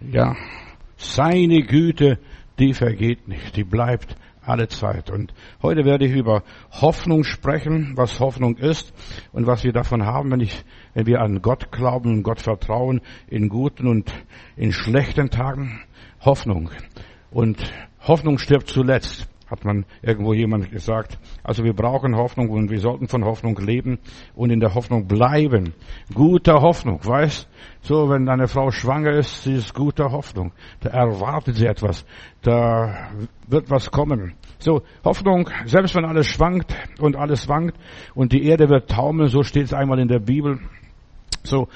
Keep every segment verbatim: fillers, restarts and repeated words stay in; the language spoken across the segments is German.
Ja, seine Güte, die vergeht nicht, die bleibt alle Zeit. Und heute werde ich über Hoffnung sprechen, was Hoffnung ist und was wir davon haben, wenn ich, wenn wir an Gott glauben und Gott vertrauen, in guten und in schlechten Tagen. Hoffnung. Und Hoffnung stirbt zuletzt, hat man irgendwo jemand gesagt. Also wir brauchen Hoffnung und wir sollten von Hoffnung leben und in der Hoffnung bleiben. Guter Hoffnung, weißt? So, wenn eine Frau schwanger ist, sie ist guter Hoffnung. Da erwartet sie etwas. Da wird was kommen. So, Hoffnung, selbst wenn alles schwankt und alles wankt und die Erde wird taumeln, so steht es einmal in der Bibel. So,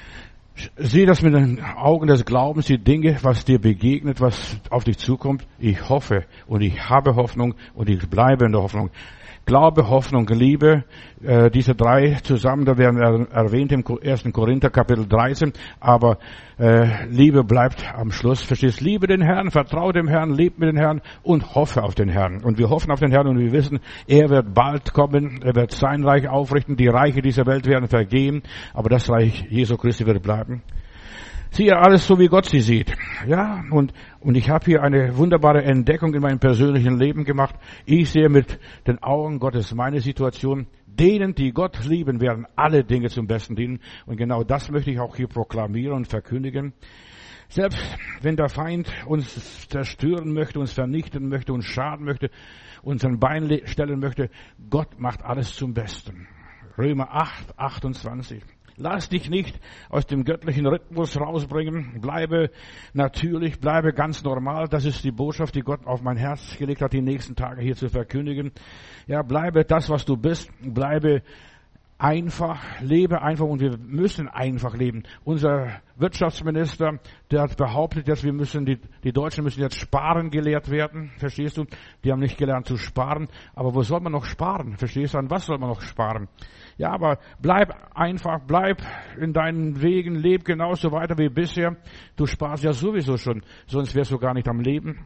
sieh das mit den Augen des Glaubens, die Dinge, was dir begegnet, was auf dich zukommt. Ich hoffe und ich habe Hoffnung und ich bleibe in der Hoffnung. Glaube, Hoffnung, Liebe, äh, diese drei zusammen, da werden er, erwähnt im ersten Korinther Kapitel dreizehn, aber äh, Liebe bleibt am Schluss. Verstehst? Liebe den Herrn, vertraue dem Herrn, lebt mit dem Herrn und hoffe auf den Herrn. Und wir hoffen auf den Herrn und wir wissen, er wird bald kommen, er wird sein Reich aufrichten, die Reiche dieser Welt werden vergehen, aber das Reich Jesu Christi wird bleiben. Siehe alles so, wie Gott sie sieht. Ja, und, und ich habe hier eine wunderbare Entdeckung in meinem persönlichen Leben gemacht. Ich sehe mit den Augen Gottes meine Situation. Denen, die Gott lieben, werden alle Dinge zum Besten dienen. Und genau das möchte ich auch hier proklamieren und verkündigen. Selbst wenn der Feind uns zerstören möchte, uns vernichten möchte, uns schaden möchte, uns ein Bein stellen möchte, Gott macht alles zum Besten. Römer acht, achtundzwanzig. Lass dich nicht aus dem göttlichen Rhythmus rausbringen. Bleibe natürlich, bleibe ganz normal. Das ist die Botschaft, die Gott auf mein Herz gelegt hat, die nächsten Tage hier zu verkündigen. Ja, bleibe das, was du bist. Bleibe einfach, lebe einfach und wir müssen einfach leben. Unser Wirtschaftsminister, der hat behauptet, dass wir müssen, die, die Deutschen müssen jetzt sparen gelehrt werden. Verstehst du? Die haben nicht gelernt zu sparen. Aber wo soll man noch sparen? Verstehst du? An was soll man noch sparen? Ja, aber bleib einfach, bleib in deinen Wegen, leb genauso weiter wie bisher. Du sparst ja sowieso schon, sonst wärst du gar nicht am Leben.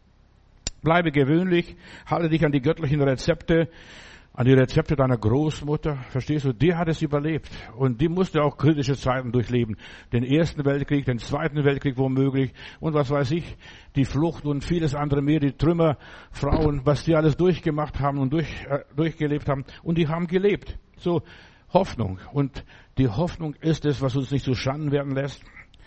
Bleibe gewöhnlich, halte dich an die göttlichen Rezepte, an die Rezepte deiner Großmutter, verstehst du, die hat es überlebt. Und die musste auch kritische Zeiten durchleben. Den Ersten Weltkrieg, den Zweiten Weltkrieg womöglich und was weiß ich, die Flucht und vieles andere mehr, die Trümmerfrauen, was die alles durchgemacht haben und durch, äh, durchgelebt haben. Und die haben gelebt. So, Hoffnung. Und die Hoffnung ist es, was uns nicht zu Schanden werden lässt.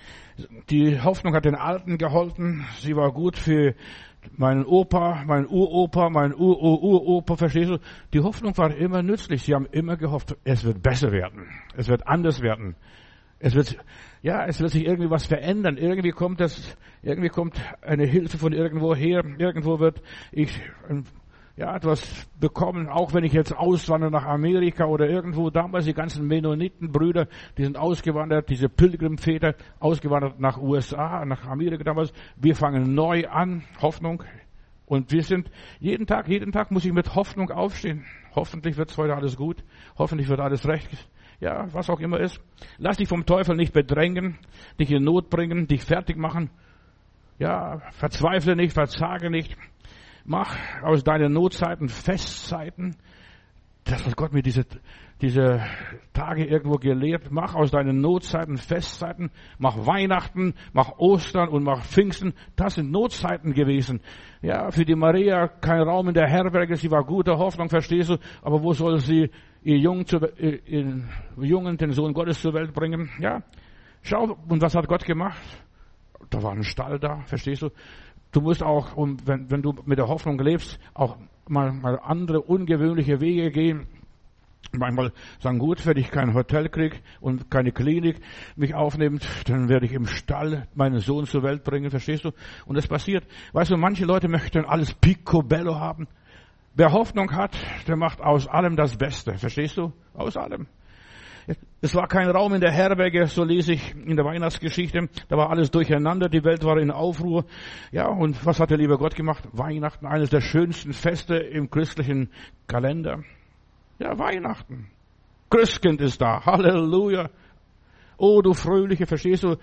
Die Hoffnung hat den Alten geholfen. Sie war gut für meinen Opa, meinen Uropa, meinen Ur-Ur-Uropa, verstehst du? Die Hoffnung war immer nützlich. Sie haben immer gehofft, es wird besser werden. Es wird anders werden. Es wird, ja, es wird sich irgendwie was verändern. Irgendwie kommt das, irgendwie kommt eine Hilfe von irgendwo her. Irgendwo wird ich, ja, etwas bekommen, auch wenn ich jetzt auswandere nach Amerika oder irgendwo. Damals die ganzen Mennonitenbrüder, die sind ausgewandert, diese Pilgrimväter, ausgewandert nach U S A, nach Amerika damals. Wir fangen neu an, Hoffnung. Und wir sind jeden Tag, jeden Tag muss ich mit Hoffnung aufstehen. Hoffentlich wird heute alles gut. Hoffentlich wird alles recht. Ja, was auch immer ist. Lass dich vom Teufel nicht bedrängen, dich in Not bringen, dich fertig machen. Ja, verzweifle nicht, verzage nicht. Mach aus deinen Notzeiten Festzeiten. Das hat Gott mir diese, diese Tage irgendwo gelehrt. Mach aus deinen Notzeiten Festzeiten. Mach Weihnachten, mach Ostern und mach Pfingsten. Das sind Notzeiten gewesen. Ja, für die Maria kein Raum in der Herberge. Sie war guter Hoffnung, verstehst du? Aber wo soll sie ihr Jungen, zu, ihren Jungen, den Sohn Gottes zur Welt bringen? Ja. Schau, und was hat Gott gemacht? Da war ein Stall da, verstehst du? Du musst auch, wenn, wenn du mit der Hoffnung lebst, auch mal, mal andere ungewöhnliche Wege gehen. Manchmal sagen, gut, wenn ich kein Hotel kriege und keine Klinik mich aufnimmt, dann werde ich im Stall meinen Sohn zur Welt bringen, verstehst du? Und das passiert. Weißt du, manche Leute möchten alles picobello haben. Wer Hoffnung hat, der macht aus allem das Beste, verstehst du? Aus allem. Es war kein Raum in der Herberge, so lese ich in der Weihnachtsgeschichte. Da war alles durcheinander, die Welt war in Aufruhr. Ja, und was hat der liebe Gott gemacht? Weihnachten, eines der schönsten Feste im christlichen Kalender. Ja, Weihnachten. Christkind ist da. Halleluja. Oh, du Fröhliche, verstehst du?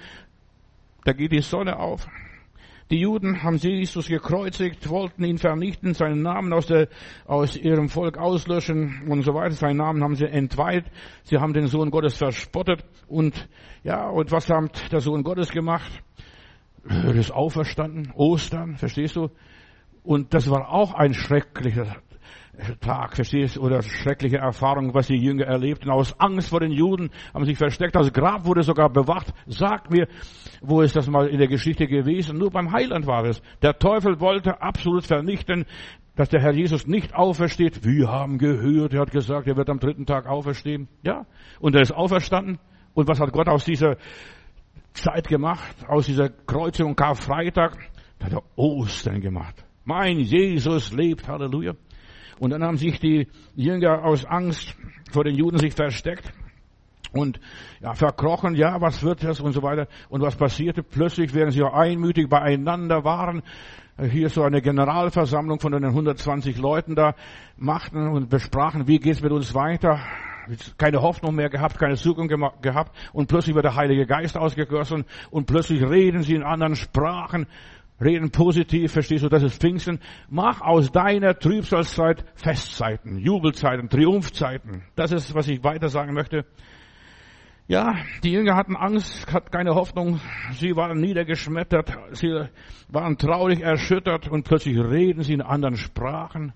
Da geht die Sonne auf. Die Juden haben Jesus gekreuzigt, wollten ihn vernichten, seinen Namen aus, der, aus ihrem Volk auslöschen und so weiter. Seinen Namen haben sie entweiht. Sie haben den Sohn Gottes verspottet. Und ja, und was hat der Sohn Gottes gemacht? Er ist auferstanden, Ostern, verstehst du? Und das war auch ein schrecklicher Tag, verstehst du, oder schreckliche Erfahrung, was die Jünger erlebten. Aus Angst vor den Juden haben sich versteckt. Das Grab wurde sogar bewacht. Sagt mir, wo ist das mal in der Geschichte gewesen? Nur beim Heiland war es. Der Teufel wollte absolut vernichten, dass der Herr Jesus nicht aufersteht. Wir haben gehört, er hat gesagt, er wird am dritten Tag auferstehen. Ja, und er ist auferstanden. Und was hat Gott aus dieser Zeit gemacht? Aus dieser Kreuzigung Karfreitag? Da hat er Ostern gemacht. Mein Jesus lebt, Halleluja. Und dann haben sich die Jünger aus Angst vor den Juden sich versteckt und ja, verkrochen, ja, was wird das und so weiter. Und was passierte? Plötzlich, während sie auch einmütig beieinander waren, hier so eine Generalversammlung von den hundertzwanzig Leuten da machten und besprachen, wie geht's mit uns weiter. Keine Hoffnung mehr gehabt, keine Zukunft gehabt. Und plötzlich wird der Heilige Geist ausgegossen und plötzlich reden sie in anderen Sprachen. Reden positiv, verstehst du, das ist Pfingsten. Mach aus deiner Trübsalzeit Festzeiten, Jubelzeiten, Triumphzeiten. Das ist, was ich weiter sagen möchte. Ja, die Jünger hatten Angst, hatten keine Hoffnung. Sie waren niedergeschmettert, sie waren traurig, erschüttert und plötzlich reden sie in anderen Sprachen.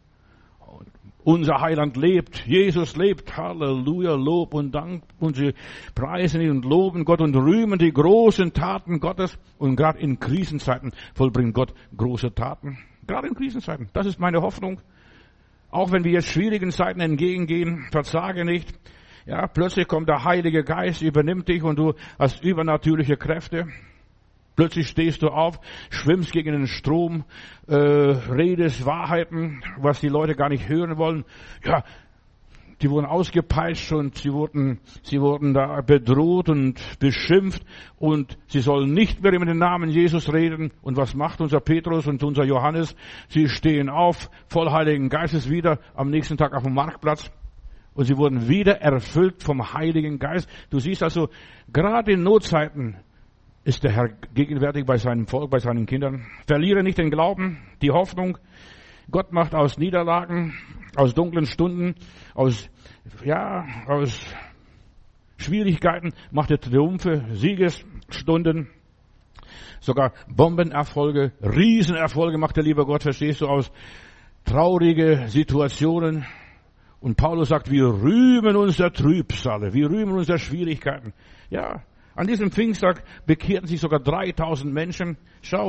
Unser Heiland lebt, Jesus lebt, Halleluja, Lob und Dank. Und sie preisen ihn und loben Gott und rühmen die großen Taten Gottes. Und gerade in Krisenzeiten vollbringt Gott große Taten. Gerade in Krisenzeiten. Das ist meine Hoffnung. Auch wenn wir jetzt schwierigen Zeiten entgegengehen, verzage nicht. Ja, plötzlich kommt der Heilige Geist, übernimmt dich und du hast übernatürliche Kräfte. Plötzlich stehst du auf, schwimmst gegen den Strom, äh, redest Wahrheiten, was die Leute gar nicht hören wollen. Ja, die wurden ausgepeitscht und sie wurden, sie wurden da bedroht und beschimpft und sie sollen nicht mehr über den Namen Jesus reden. Und was macht unser Petrus und unser Johannes? Sie stehen auf, voll Heiligen Geistes wieder am nächsten Tag auf dem Marktplatz. Und sie wurden wieder erfüllt vom Heiligen Geist. Du siehst also, gerade in Notzeiten ist der Herr gegenwärtig bei seinem Volk, bei seinen Kindern. Verliere nicht den Glauben, die Hoffnung. Gott macht aus Niederlagen, aus dunklen Stunden, aus, ja, aus Schwierigkeiten, macht er Triumphe, Siegesstunden, sogar Bombenerfolge, Riesenerfolge macht der liebe Gott, verstehst du, aus traurige Situationen. Und Paulus sagt, wir rühmen uns der Trübsale, wir rühmen uns der Schwierigkeiten. Ja, an diesem Pfingsttag bekehrten sich sogar dreitausend Menschen. Schau,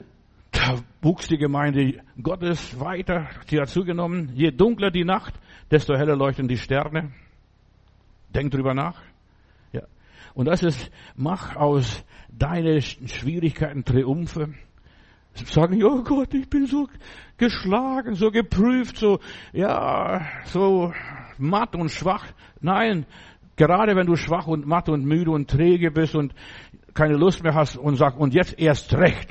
da wuchs die Gemeinde Gottes weiter. Sie hat zugenommen. Je dunkler die Nacht, desto heller leuchten die Sterne. Denk drüber nach. Ja. Und das ist, mach aus deinen Schwierigkeiten Triumphe. Sagen, oh Gott, ich bin so geschlagen, so geprüft, so, ja, so matt und schwach. Nein. Gerade wenn du schwach und matt und müde und träge bist und keine Lust mehr hast und sagst, und jetzt erst recht.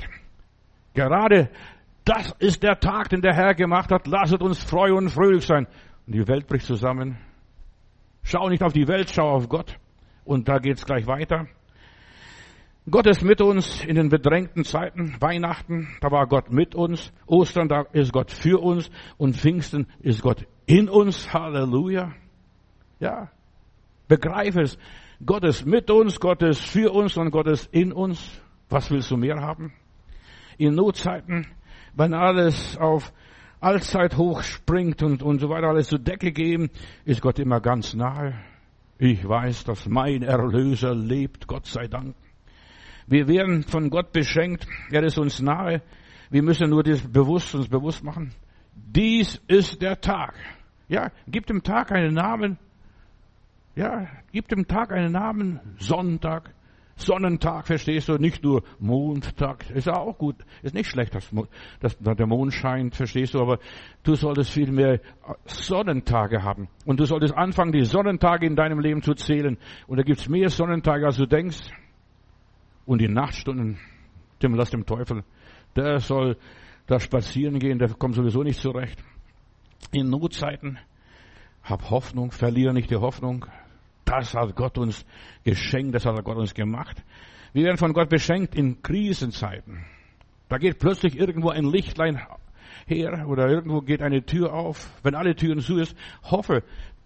Gerade das ist der Tag, den der Herr gemacht hat. Lasset uns freu und fröhlich sein. Und die Welt bricht zusammen. Schau nicht auf die Welt, schau auf Gott. Und da geht's gleich weiter. Gott ist mit uns in den bedrängten Zeiten. Weihnachten, da war Gott mit uns. Ostern, da ist Gott für uns. Und Pfingsten ist Gott in uns. Halleluja. Ja. Begreif es. Gott ist mit uns, Gott ist für uns und Gott ist in uns. Was willst du mehr haben? In Notzeiten, wenn alles auf Allzeit hoch springt und, und so weiter, alles zur Decke gehen, ist Gott immer ganz nahe. Ich weiß, dass mein Erlöser lebt, Gott sei Dank. Wir werden von Gott beschenkt, er ist uns nahe. Wir müssen nur das bewusst, uns bewusst machen. Dies ist der Tag. Ja, gib dem Tag einen Namen. Ja, gib dem Tag einen Namen, Sonntag, Sonnentag, verstehst du, nicht nur Mondtag, ist ja auch gut, ist nicht schlecht, dass, dass der Mond scheint, verstehst du, aber du solltest viel mehr Sonnentage haben und du solltest anfangen, die Sonnentage in deinem Leben zu zählen und da gibt's mehr Sonnentage, als du denkst und die Nachtstunden, dem lass dem Teufel, der soll da spazieren gehen, der kommt sowieso nicht zurecht. In Notzeiten, hab Hoffnung, verliere nicht die Hoffnung. Das hat Gott uns geschenkt, das hat Gott uns gemacht. Wir werden von Gott beschenkt in Krisenzeiten. Da geht plötzlich irgendwo ein Lichtlein her oder irgendwo geht eine Tür auf. Wenn alle Türen zu ist, hoffe,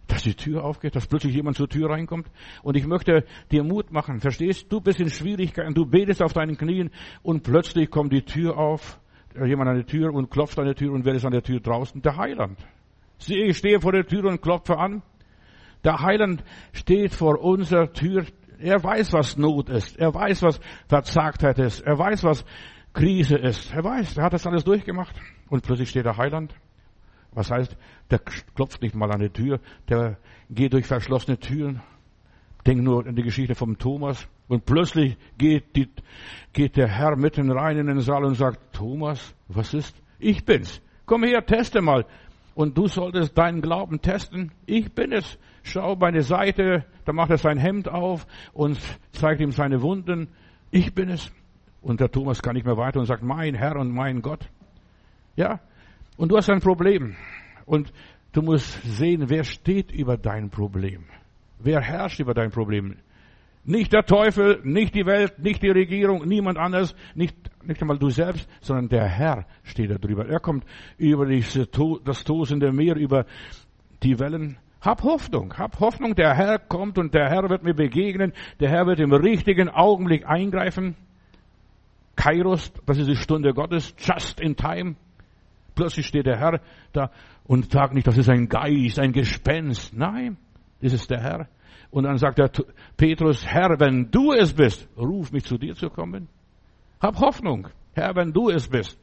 dass die Tür aufgeht, dass plötzlich jemand zur Tür reinkommt. Und ich möchte dir Mut machen. Verstehst? Du bist in Schwierigkeiten, du betest auf deinen Knien und plötzlich kommt die Tür auf, jemand an die Tür und klopft an der Tür und wer ist an der Tür draußen? Der Heiland. Sieh, ich stehe vor der Tür und klopfe an. Der Heiland steht vor unserer Tür. Er weiß, was Not ist. Er weiß, was Verzagtheit ist. Er weiß, was Krise ist. Er weiß, er hat das alles durchgemacht. Und plötzlich steht der Heiland. Was heißt, der klopft nicht mal an die Tür, der geht durch verschlossene Türen. Denk nur an die Geschichte vom Thomas. Und plötzlich geht, die, geht der Herr mitten rein in den Saal und sagt, Thomas, was ist? Ich bin's. Komm her, teste mal. Und du solltest deinen Glauben testen. Ich bin es. Schau meine Seite, da macht er sein Hemd auf und zeigt ihm seine Wunden. Ich bin es. Und der Thomas kann nicht mehr weiter und sagt, mein Herr und mein Gott. Ja, und du hast ein Problem. Und du musst sehen, wer steht über dein Problem. Wer herrscht über dein Problem? Nicht der Teufel, nicht die Welt, nicht die Regierung, niemand anders, nicht, nicht einmal du selbst, sondern der Herr steht da drüber. Er kommt über diese, das tosende Meer, über die Wellen. Hab Hoffnung, hab Hoffnung, der Herr kommt und der Herr wird mir begegnen. Der Herr wird im richtigen Augenblick eingreifen. Kairos, das ist die Stunde Gottes, just in time. Plötzlich steht der Herr da und sagt nicht, das ist ein Geist, ein Gespenst. Nein, das ist der Herr. Und dann sagt der Petrus, Herr, wenn du es bist, ruf mich zu dir zu kommen. Hab Hoffnung, Herr, wenn du es bist.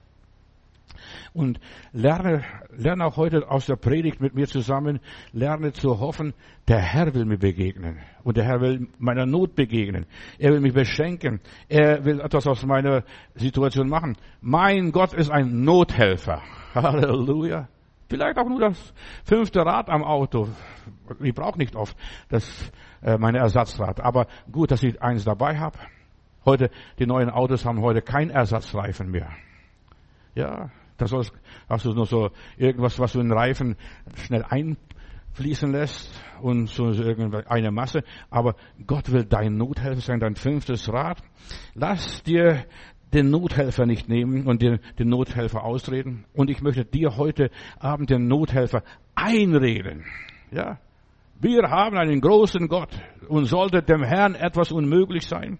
Und lerne, lerne auch heute aus der Predigt mit mir zusammen, lerne zu hoffen, der Herr will mir begegnen. Und der Herr will meiner Not begegnen. Er will mich beschenken. Er will etwas aus meiner Situation machen. Mein Gott ist ein Nothelfer. Halleluja. Vielleicht auch nur das fünfte Rad am Auto. Ich brauche nicht oft das, äh, meine Ersatzrad. Aber gut, dass ich eins dabei habe. Heute, die neuen Autos haben heute kein Ersatzreifen mehr. Ja, das hast du nur so irgendwas, was du in den Reifen schnell einfließen lässt und so irgendeine Masse. Aber Gott will dein Nothelfer sein, dein fünftes Rad. Lass dir den Nothelfer nicht nehmen und dir den Nothelfer ausreden. Und ich möchte dir heute Abend den Nothelfer einreden. Ja, wir haben einen großen Gott und sollte dem Herrn etwas unmöglich sein.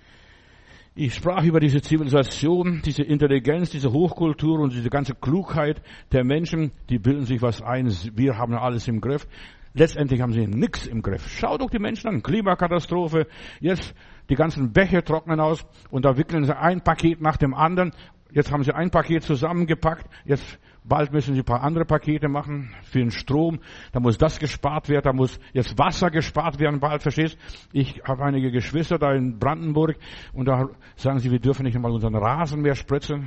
Ich sprach über diese Zivilisation, diese Intelligenz, diese Hochkultur und diese ganze Klugheit der Menschen, die bilden sich was ein, wir haben alles im Griff. Letztendlich haben sie nichts im Griff. Schau doch die Menschen an, Klimakatastrophe, jetzt die ganzen Bäche trocknen aus und da wickeln sie ein Paket nach dem anderen. Jetzt haben sie ein Paket zusammengepackt, jetzt bald müssen sie ein paar andere Pakete machen für den Strom. Da muss das gespart werden, da muss jetzt Wasser gespart werden bald, verstehst? Ich habe einige Geschwister da in Brandenburg und da sagen sie, wir dürfen nicht einmal unseren Rasen mehr spritzen.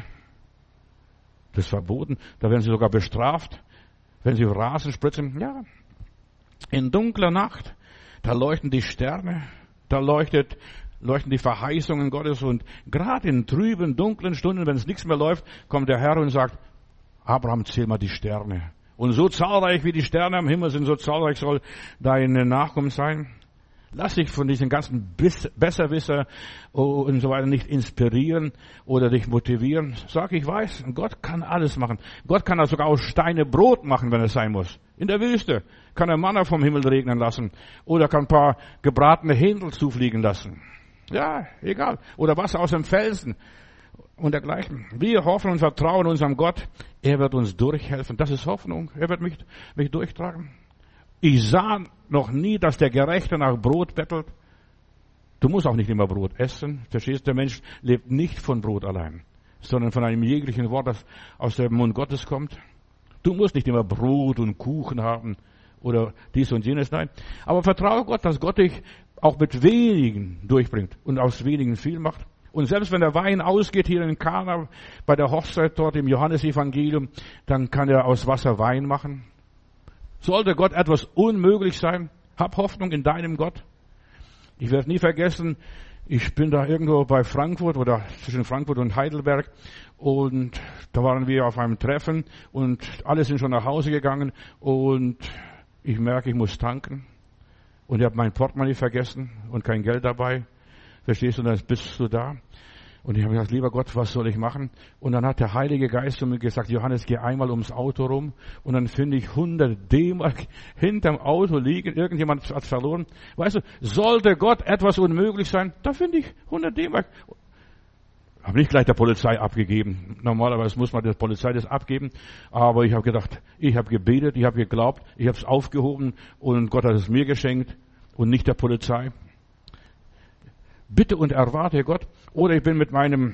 Das ist verboten. Da werden sie sogar bestraft, wenn sie Rasen spritzen. Ja, in dunkler Nacht, da leuchten die Sterne, da leuchtet leuchten die Verheißungen Gottes und gerade in trüben, dunklen Stunden, wenn es nichts mehr läuft, kommt der Herr und sagt, Abraham, zähl mal die Sterne. Und so zahlreich wie die Sterne am Himmel sind, so zahlreich soll deine Nachkommen sein. Lass dich von diesen ganzen Besserwisser und so weiter nicht inspirieren oder dich motivieren. Sag, ich weiß, Gott kann alles machen. Gott kann also sogar aus Steine Brot machen, wenn es sein muss. In der Wüste kann er Manna vom Himmel regnen lassen oder kann ein paar gebratene Händel zufliegen lassen. Ja, egal. Oder Wasser aus dem Felsen und dergleichen. Wir hoffen und vertrauen unserem Gott. Er wird uns durchhelfen. Das ist Hoffnung. Er wird mich, mich durchtragen. Ich sah noch nie, dass der Gerechte nach Brot bettelt. Du musst auch nicht immer Brot essen. Verstehst du? Der Mensch lebt nicht von Brot allein, sondern von einem jeglichen Wort, das aus dem Mund Gottes kommt. Du musst nicht immer Brot und Kuchen haben oder dies und jenes. Nein. Aber vertraue Gott, dass Gott dich auch mit wenigen durchbringt und aus wenigen viel macht. Und selbst wenn der Wein ausgeht hier in Kana, bei der Hochzeit dort im Johannesevangelium, dann kann er aus Wasser Wein machen. Sollte Gott etwas unmöglich sein, hab Hoffnung in deinem Gott. Ich werde nie vergessen, ich bin da irgendwo bei Frankfurt oder zwischen Frankfurt und Heidelberg und da waren wir auf einem Treffen und alle sind schon nach Hause gegangen und ich merke, ich muss tanken. Und ich habe mein Portemonnaie vergessen und kein Geld dabei. Verstehst du, dann bist du da. Und ich habe gesagt, lieber Gott, was soll ich machen? Und dann hat der Heilige Geist zu mir gesagt, Johannes, geh einmal ums Auto rum und dann finde ich hundert D-Mark hinterm Auto liegen. Irgendjemand hat verloren. Weißt du, sollte Gott etwas unmöglich sein, da finde ich hundert D-Mark. Habe nicht gleich der Polizei abgegeben. Normalerweise muss man der Polizei das abgeben. Aber ich habe gedacht, ich habe gebetet, ich habe geglaubt, ich habe es aufgehoben und Gott hat es mir geschenkt und nicht der Polizei. Bitte und erwarte Gott. Oder ich bin mit meinem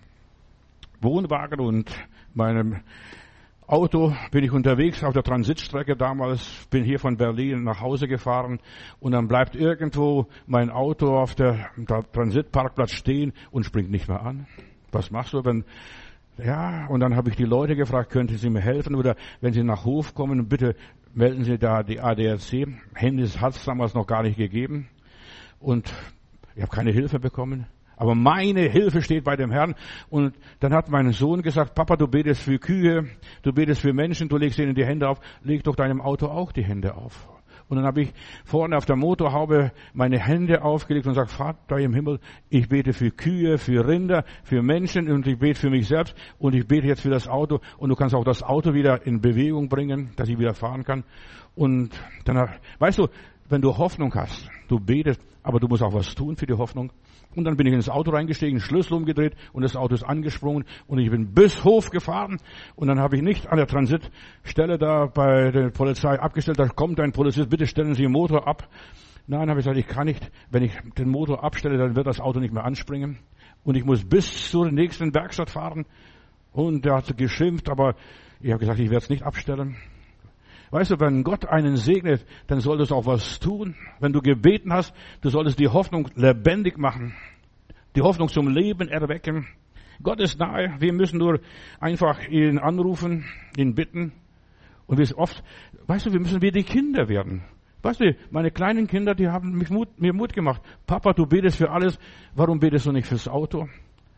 Wohnwagen und meinem Auto, bin ich unterwegs auf der Transitstrecke damals, bin hier von Berlin nach Hause gefahren und dann bleibt irgendwo mein Auto auf der, der Transitparkplatz stehen und springt nicht mehr an. Was machst du, wenn, ja, und dann habe ich die Leute gefragt, könnten Sie mir helfen oder wenn Sie nach Hof kommen, bitte melden Sie da die A D A C. Handys hat es damals noch gar nicht gegeben und ich habe keine Hilfe bekommen. Aber meine Hilfe steht bei dem Herrn. Und dann hat mein Sohn gesagt, Papa, du betest für Kühe, du betest für Menschen, du legst ihnen die Hände auf, leg doch deinem Auto auch die Hände auf. Und dann habe ich vorne auf der Motorhaube meine Hände aufgelegt und gesagt, Vater im Himmel, ich bete für Kühe, für Rinder, für Menschen und ich bete für mich selbst und ich bete jetzt für das Auto und du kannst auch das Auto wieder in Bewegung bringen, dass ich wieder fahren kann. Und dann, weißt du, wenn du Hoffnung hast, du betest, aber du musst auch was tun für die Hoffnung. Und dann bin ich ins Auto reingestiegen, Schlüssel umgedreht und das Auto ist angesprungen und ich bin bis Hof gefahren und dann habe ich nicht an der Transitstelle da bei der Polizei abgestellt, da kommt ein Polizist, bitte stellen Sie den Motor ab. Nein, habe ich gesagt, ich kann nicht, wenn ich den Motor abstelle, dann wird das Auto nicht mehr anspringen und ich muss bis zur nächsten Werkstatt fahren und der hat geschimpft, aber ich habe gesagt, ich werde es nicht abstellen. Weißt du, wenn Gott einen segnet, dann solltest du auch was tun. Wenn du gebeten hast, du solltest die Hoffnung lebendig machen. Die Hoffnung zum Leben erwecken. Gott ist nahe. Wir müssen nur einfach ihn anrufen, ihn bitten. Und wir oft, weißt du, wir müssen wie die Kinder werden. Weißt du, meine kleinen Kinder, die haben mich Mut, mir Mut gemacht. Papa, du betest für alles. Warum betest du nicht fürs Auto?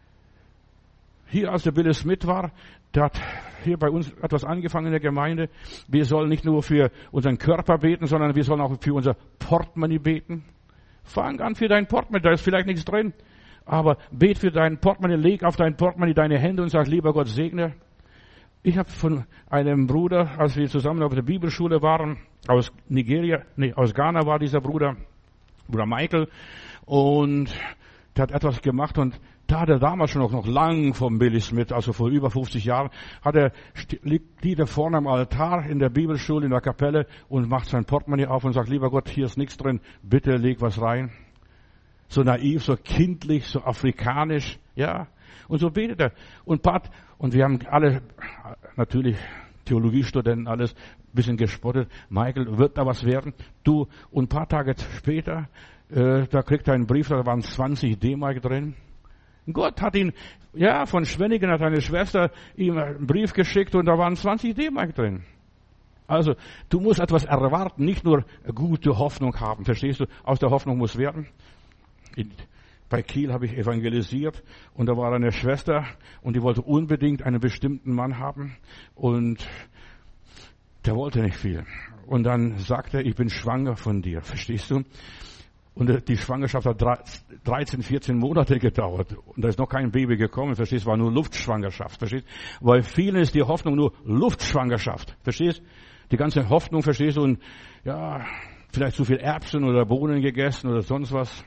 Hier, als der Billy Smith war, der hat hier bei uns etwas angefangen in der Gemeinde. Wir sollen nicht nur für unseren Körper beten, sondern wir sollen auch für unser Portemonnaie beten. Fang an für dein Portemonnaie, da ist vielleicht nichts drin. Aber bet für dein Portemonnaie, leg auf dein Portemonnaie deine Hände und sag, lieber Gott, segne. Ich habe von einem Bruder, als wir zusammen auf der Bibelschule waren, aus Nigeria, nee, aus Ghana war dieser Bruder, Bruder Michael, und der hat etwas gemacht und da hat er damals schon noch, noch lang vom Billy Smith, also vor über fünfzig Jahren, hat er, liegt er vorne am Altar in der Bibelschule, in der Kapelle und macht sein Portemonnaie auf und sagt, lieber Gott, hier ist nichts drin, bitte leg was rein. So naiv, so kindlich, so afrikanisch, ja. Und so betet er. Und Pat, und wir haben alle, natürlich Theologiestudenten, alles, ein bisschen gespottet. Michael, wird da was werden? Du, und ein paar Tage später, äh, da kriegt er einen Brief, da waren zwanzig D-Mark drin. Gott hat ihn, ja, von Schwenningen hat eine Schwester ihm einen Brief geschickt und da waren zwanzig D-Mark drin. Also, du musst etwas erwarten, nicht nur gute Hoffnung haben, verstehst du? Aus der Hoffnung muss werden. In, bei Kiel habe ich evangelisiert und da war eine Schwester und die wollte unbedingt einen bestimmten Mann haben und der wollte nicht viel. Und dann sagte er, ich bin schwanger von dir, verstehst du? Und die Schwangerschaft hat dreizehn, vierzehn Monate gedauert. Und da ist noch kein Baby gekommen, verstehst du? War nur Luftschwangerschaft, verstehst du? Weil vielen ist die Hoffnung nur Luftschwangerschaft, verstehst du? Die ganze Hoffnung, verstehst du? Und ja, vielleicht zu viel Erbsen oder Bohnen gegessen oder sonst was.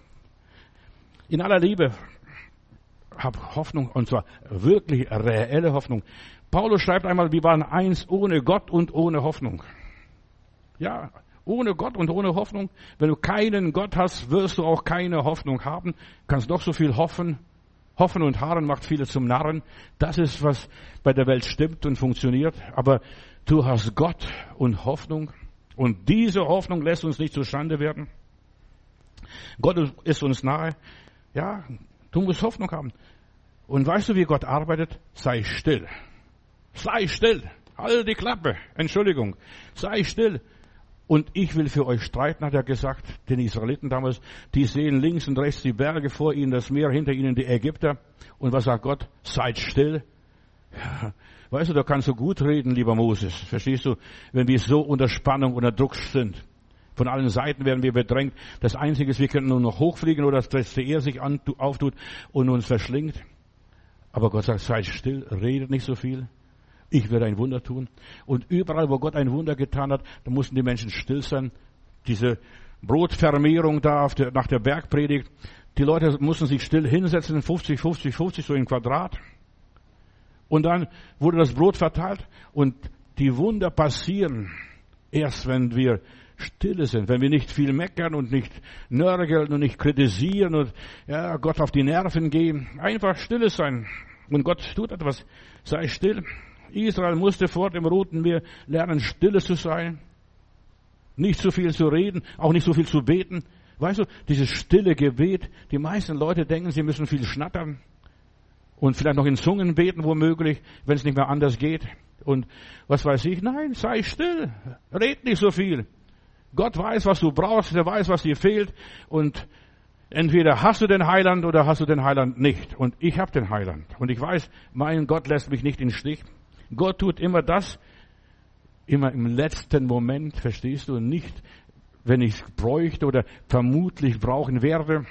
In aller Liebe, hab Hoffnung, und zwar wirklich reelle Hoffnung. Paulus schreibt einmal, wir waren eins ohne Gott und ohne Hoffnung. Ja, ohne Gott und ohne Hoffnung. Wenn du keinen Gott hast, wirst du auch keine Hoffnung haben. Kannst doch so viel hoffen. Hoffen und Harren macht viele zum Narren. Das ist, was bei der Welt stimmt und funktioniert. Aber du hast Gott und Hoffnung. Und diese Hoffnung lässt uns nicht zustande werden. Gott ist uns nahe. Ja, du musst Hoffnung haben. Und weißt du, wie Gott arbeitet? Sei still. Sei still. Halt die Klappe. Entschuldigung. Sei still. Und ich will für euch streiten, hat er gesagt, den Israeliten damals. Die sehen links und rechts die Berge, vor ihnen das Meer, hinter ihnen die Ägypter. Und was sagt Gott? Seid still. Ja, weißt du, da kannst du gut reden, lieber Moses. Verstehst du? Wenn wir so unter Spannung, unter Druck sind. Von allen Seiten werden wir bedrängt. Das Einzige ist, wir können nur noch hochfliegen oder dass der Er sich auftut und uns verschlingt. Aber Gott sagt, seid still, redet nicht so viel. Ich werde ein Wunder tun. Und überall, wo Gott ein Wunder getan hat, da mussten die Menschen still sein. Diese Brotvermehrung da auf der, nach der Bergpredigt, die Leute mussten sich still hinsetzen, fünfzig, fünfzig, fünfzig, so im Quadrat. Und dann wurde das Brot verteilt. Und die Wunder passieren erst, wenn wir stille sind, wenn wir nicht viel meckern und nicht nörgeln und nicht kritisieren und ja, Gott auf die Nerven gehen. Einfach stille sein. Und Gott tut etwas. Sei still. Israel musste vor dem Roten Meer lernen, stille zu sein. Nicht so viel zu reden, auch nicht so viel zu beten. Weißt du, dieses stille Gebet, die meisten Leute denken, sie müssen viel schnattern und vielleicht noch in Zungen beten, womöglich, wenn es nicht mehr anders geht. Und was weiß ich? Nein, sei still. Red nicht so viel. Gott weiß, was du brauchst, er weiß, was dir fehlt. Und entweder hast du den Heiland oder hast du den Heiland nicht. Und ich habe den Heiland. Und ich weiß, mein Gott lässt mich nicht im Stich. Gott tut immer das, immer im letzten Moment, verstehst du, nicht, wenn ich es bräuchte oder vermutlich brauchen werde,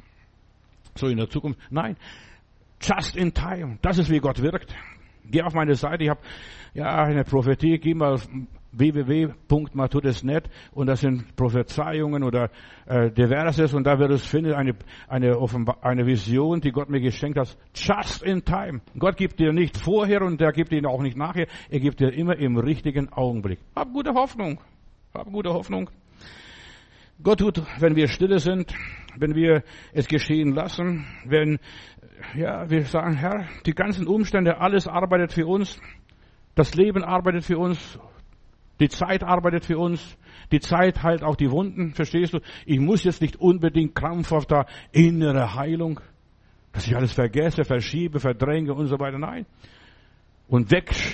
so in der Zukunft. Nein, just in time. Das ist, wie Gott wirkt. Geh auf meine Seite, ich habe ja eine Prophetie, geh mal auf w w w punkt matthäus punkt net und das sind Prophezeiungen oder äh, Diverses und da wird es finden, eine, eine, Offenbar- eine Vision, die Gott mir geschenkt hat, just in time. Gott gibt dir nicht vorher und er gibt dir auch nicht nachher, er gibt dir immer im richtigen Augenblick. Hab gute Hoffnung, hab gute Hoffnung. Gott tut, wenn wir stille sind, wenn wir es geschehen lassen, wenn ja, wir sagen, Herr, die ganzen Umstände, alles arbeitet für uns, das Leben arbeitet für uns, die Zeit arbeitet für uns, die Zeit heilt auch die Wunden, verstehst du? Ich muss jetzt nicht unbedingt krampfhaft da innere Heilung, dass ich alles vergesse, verschiebe, verdränge und so weiter, nein. Und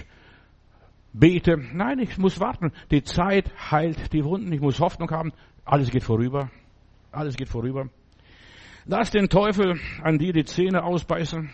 wegbete, nein, ich muss warten. Die Zeit heilt die Wunden, ich muss Hoffnung haben, alles geht vorüber, alles geht vorüber. Lass den Teufel an dir die Zähne ausbeißen.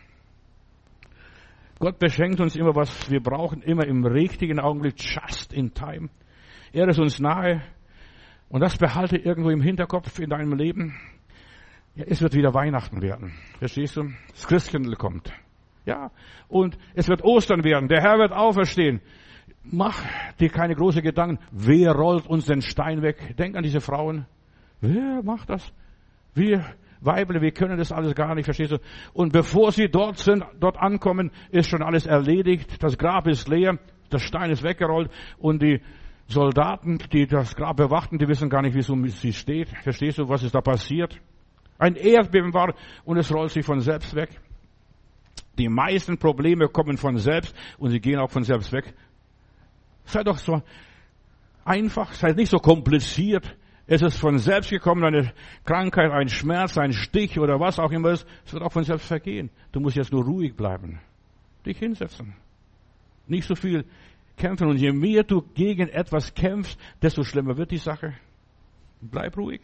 Gott beschenkt uns immer, was wir brauchen, immer im richtigen Augenblick, just in time. Er ist uns nahe. Und das behalte irgendwo im Hinterkopf in deinem Leben. Ja, es wird wieder Weihnachten werden. Verstehst du? Das Christkindl kommt. Ja. Und es wird Ostern werden. Der Herr wird auferstehen. Mach dir keine großen Gedanken. Wer rollt uns den Stein weg? Denk an diese Frauen. Wer macht das? Wir Weible, wir können das alles gar nicht, verstehst du? Und bevor sie dort sind, dort ankommen, ist schon alles erledigt. Das Grab ist leer, der Stein ist weggerollt und die Soldaten, die das Grab bewachten, die wissen gar nicht, wie es um sie steht. Verstehst du, was ist da passiert? Ein Erdbeben war und es rollt sich von selbst weg. Die meisten Probleme kommen von selbst und sie gehen auch von selbst weg. Sei doch so einfach, sei nicht so kompliziert. Es ist von selbst gekommen, eine Krankheit, ein Schmerz, ein Stich oder was auch immer ist. Es wird auch von selbst vergehen. Du musst jetzt nur ruhig bleiben. Dich hinsetzen. Nicht so viel kämpfen. Und je mehr du gegen etwas kämpfst, desto schlimmer wird die Sache. Bleib ruhig.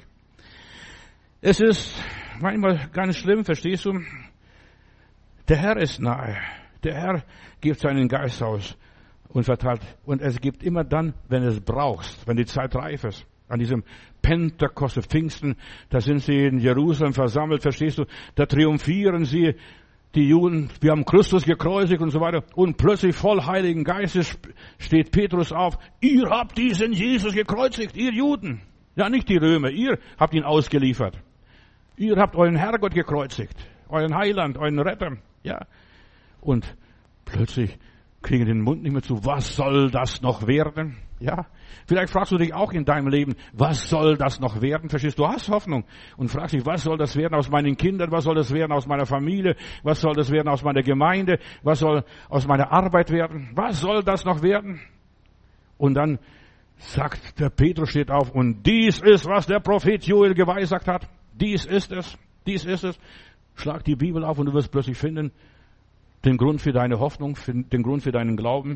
Es ist manchmal ganz schlimm, verstehst du? Der Herr ist nahe. Der Herr gibt seinen Geist aus und verteilt. Und es gibt immer dann, wenn es brauchst, wenn die Zeit reif ist. An diesem Pentekoste, Pfingsten, da sind sie in Jerusalem versammelt, verstehst du? Da triumphieren sie, die Juden, wir haben Christus gekreuzigt und so weiter. Und plötzlich voll Heiligen Geistes steht Petrus auf. Ihr habt diesen Jesus gekreuzigt, ihr Juden. Ja, nicht die Römer, ihr habt ihn ausgeliefert. Ihr habt euren Herrgott gekreuzigt, euren Heiland, euren Retter. Ja. Und plötzlich kriegen den Mund nicht mehr zu. Was soll das noch werden? Ja. Vielleicht fragst du dich auch in deinem Leben, was soll das noch werden? Verstehst du? Du hast Hoffnung und fragst dich, was soll das werden aus meinen Kindern? Was soll das werden aus meiner Familie? Was soll das werden aus meiner Gemeinde? Was soll aus meiner Arbeit werden? Was soll das noch werden? Und dann sagt der Petrus, steht auf, und dies ist, was der Prophet Joel geweissagt hat. Dies ist es. Dies ist es. Schlag die Bibel auf und du wirst plötzlich finden, den Grund für deine Hoffnung, den Grund für deinen Glauben.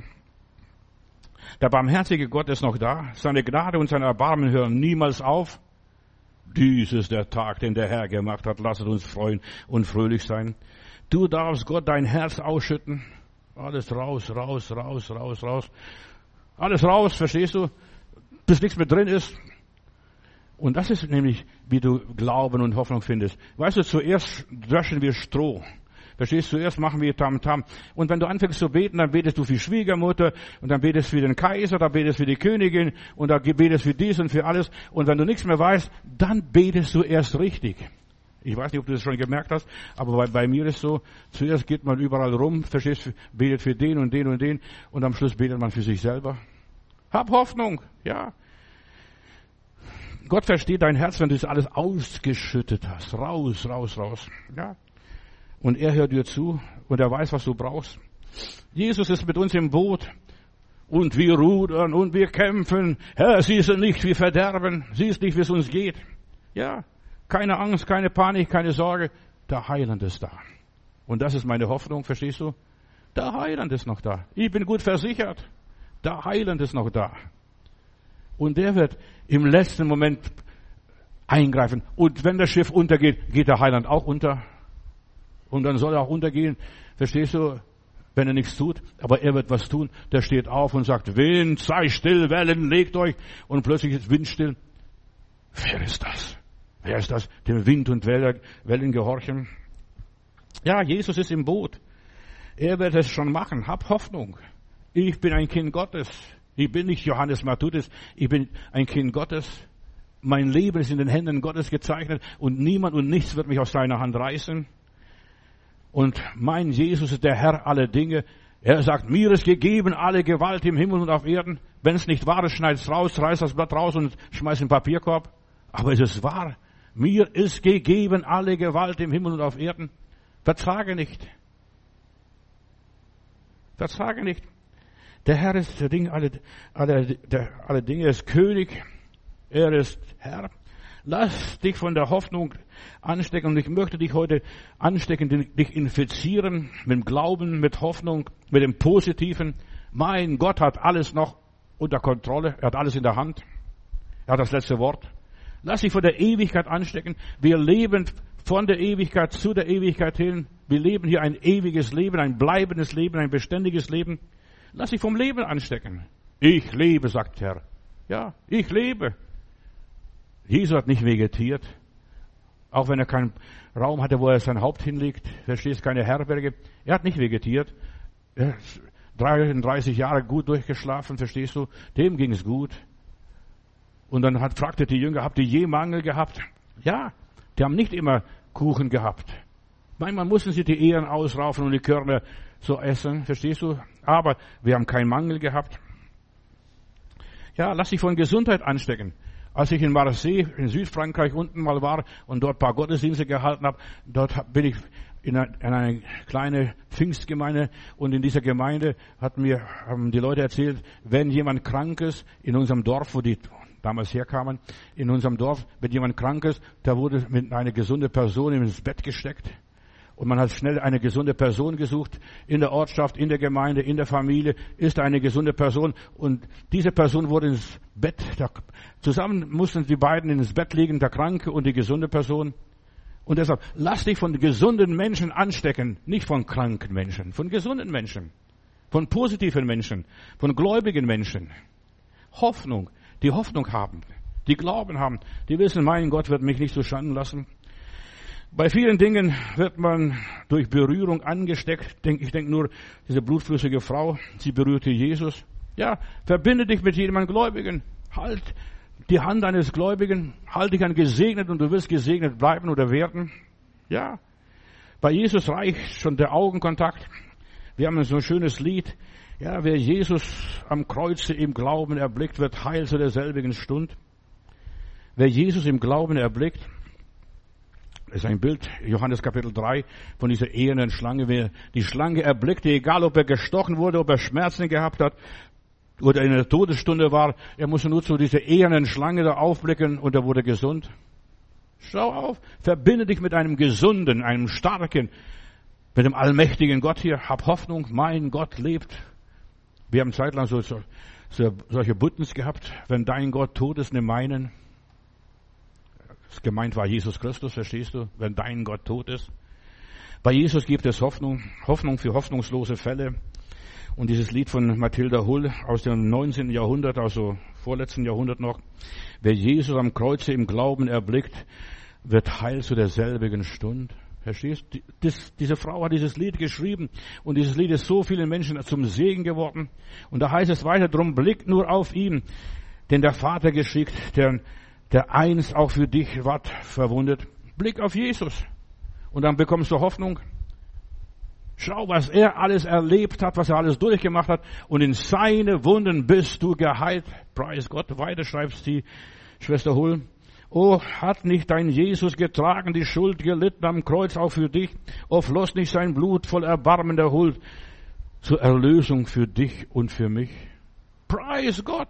Der barmherzige Gott ist noch da. Seine Gnade und sein Erbarmen hören niemals auf. Dies ist der Tag, den der Herr gemacht hat. Lasset uns freuen und fröhlich sein. Du darfst Gott dein Herz ausschütten. Alles raus, raus, raus, raus, raus. Alles raus, verstehst du? Bis nichts mehr drin ist. Und das ist nämlich, wie du Glauben und Hoffnung findest. Weißt du, zuerst dreschen wir Stroh. Verstehst du? Zuerst machen wir Tam Tam. Und wenn du anfängst zu beten, dann betest du für Schwiegermutter und dann betest du für den Kaiser, dann betest du für die Königin und dann betest du für dies und für alles. Und wenn du nichts mehr weißt, dann betest du erst richtig. Ich weiß nicht, ob du das schon gemerkt hast, aber bei, bei mir ist so, zuerst geht man überall rum, verstehst du, betet für den und den und den und am Schluss betet man für sich selber. Hab Hoffnung, ja. Gott versteht dein Herz, wenn du das alles ausgeschüttet hast. Raus, raus, raus. Ja. Und er hört dir zu und er weiß, was du brauchst. Jesus ist mit uns im Boot und wir rudern und wir kämpfen. Herr, siehst du nicht, wir verderben. Siehst nicht, wie es uns geht. Ja. Keine Angst, keine Panik, keine Sorge. Der Heiland ist da. Und das ist meine Hoffnung, verstehst du? Der Heiland ist noch da. Ich bin gut versichert. Der Heiland ist noch da. Und der wird im letzten Moment eingreifen. Und wenn das Schiff untergeht, geht der Heiland auch unter. Und dann soll er auch untergehen. Verstehst du? Wenn er nichts tut. Aber er wird was tun. Der steht auf und sagt, Wind, sei still, Wellen, legt euch. Und plötzlich ist Wind still. Wer ist das? Wer ist das? Dem Wind und Wellen gehorchen. Ja, Jesus ist im Boot. Er wird es schon machen. Hab Hoffnung. Ich bin ein Kind Gottes. Ich bin nicht Johannes Matthäus. Ich bin ein Kind Gottes. Mein Leben ist in den Händen Gottes gezeichnet und niemand und nichts wird mich aus seiner Hand reißen. Und mein Jesus ist der Herr aller Dinge. Er sagt, mir ist gegeben alle Gewalt im Himmel und auf Erden. Wenn es nicht wahr ist, schneid es raus, reiß das Blatt raus und schmeiß in den Papierkorb. Aber es ist wahr. Mir ist gegeben alle Gewalt im Himmel und auf Erden. Vertrage nicht. Vertrage nicht. Der Herr ist der Ding, alle, alle, der, alle Dinge, er ist König. Er ist Herr. Lass dich von der Hoffnung anstecken und ich möchte dich heute anstecken, dich infizieren mit dem Glauben, mit Hoffnung, mit dem Positiven. Mein Gott hat alles noch unter Kontrolle. Er hat alles in der Hand. Er hat das letzte Wort. Lass dich von der Ewigkeit anstecken. Wir leben von der Ewigkeit zu der Ewigkeit hin. Wir leben hier ein ewiges Leben, ein bleibendes Leben, ein beständiges Leben. Lass dich vom Leben anstecken. Ich lebe, sagt Herr. Ja, ich lebe. Jesus hat nicht vegetiert. Auch wenn er keinen Raum hatte, wo er sein Haupt hinlegt. Verstehst, keine Herberge. Er hat nicht vegetiert. Er hat dreiunddreißig Jahre gut durchgeschlafen, verstehst du? Dem ging es gut. Und dann hat, fragte die Jünger, habt ihr je Mangel gehabt? Ja, die haben nicht immer Kuchen gehabt. Manchmal mussten sie die Ehren ausraufen und die Körner so essen, verstehst du? Aber wir haben keinen Mangel gehabt. Ja, lass dich von Gesundheit anstecken. Als ich in Marseille, in Südfrankreich unten mal war und dort ein paar Gottesdienste gehalten habe, dort bin ich in eine, in eine kleine Pfingstgemeinde und in dieser Gemeinde hat mir, haben die Leute erzählt, wenn jemand krank ist, in unserem Dorf, wo die damals herkamen, in unserem Dorf, wenn jemand krank ist, da wurde mit einer gesunde Person ins Bett gesteckt. Und man hat schnell eine gesunde Person gesucht. In der Ortschaft, in der Gemeinde, in der Familie ist eine gesunde Person. Und diese Person wurde ins Bett. Zusammen mussten die beiden ins Bett liegen, der Kranke und die gesunde Person. Und deshalb, lass dich von gesunden Menschen anstecken. Nicht von kranken Menschen, von gesunden Menschen. Von positiven Menschen, von gläubigen Menschen. Hoffnung, die Hoffnung haben, die Glauben haben, die wissen, mein Gott wird mich nicht so schanden lassen. Bei vielen Dingen wird man durch Berührung angesteckt. Ich denke nur, diese blutflüssige Frau, sie berührte Jesus. Ja, verbinde dich mit jemandem Gläubigen. Halt die Hand eines Gläubigen. Halt dich an gesegnet und du wirst gesegnet bleiben oder werden. Ja, bei Jesus reicht schon der Augenkontakt. Wir haben so ein schönes Lied. Ja, wer Jesus am Kreuze im Glauben erblickt, wird heil zu derselbigen Stund. Wer Jesus im Glauben erblickt, das ist ein Bild, Johannes Kapitel drei, von dieser ehernen Schlange. Wer die Schlange erblickte, egal ob er gestochen wurde, ob er Schmerzen gehabt hat oder in der Todesstunde war, er musste nur zu dieser ehernen Schlange da aufblicken und er wurde gesund. Schau auf, verbinde dich mit einem gesunden, einem starken, mit dem allmächtigen Gott hier. Hab Hoffnung, mein Gott lebt. Wir haben zeitlang so, so, so, solche Buttons gehabt, wenn dein Gott tot ist, nimm meinen. Das gemeint war Jesus Christus, verstehst du? Wenn dein Gott tot ist. Bei Jesus gibt es Hoffnung, Hoffnung für hoffnungslose Fälle. Und dieses Lied von Mathilda Hull aus dem neunzehnten Jahrhundert, also vorletzten Jahrhundert noch. Wer Jesus am Kreuze im Glauben erblickt, wird heil zu derselbigen Stund. Verstehst du? Das, diese Frau hat dieses Lied geschrieben und dieses Lied ist so vielen Menschen zum Segen geworden. Und da heißt es weiter drum, blick nur auf ihn, den der Vater geschickt, der, der einst auch für dich ward verwundet. Blick auf Jesus und dann bekommst du Hoffnung. Schau, was er alles erlebt hat, was er alles durchgemacht hat und in seine Wunden bist du geheilt. Preis Gott, weiter schreibt die Schwester Hull. Oh, hat nicht dein Jesus getragen, die Schuld gelitten am Kreuz auch für dich? Oh, floss nicht sein Blut voll Erbarmen der Huld zur Erlösung für dich und für mich? Preis Gott!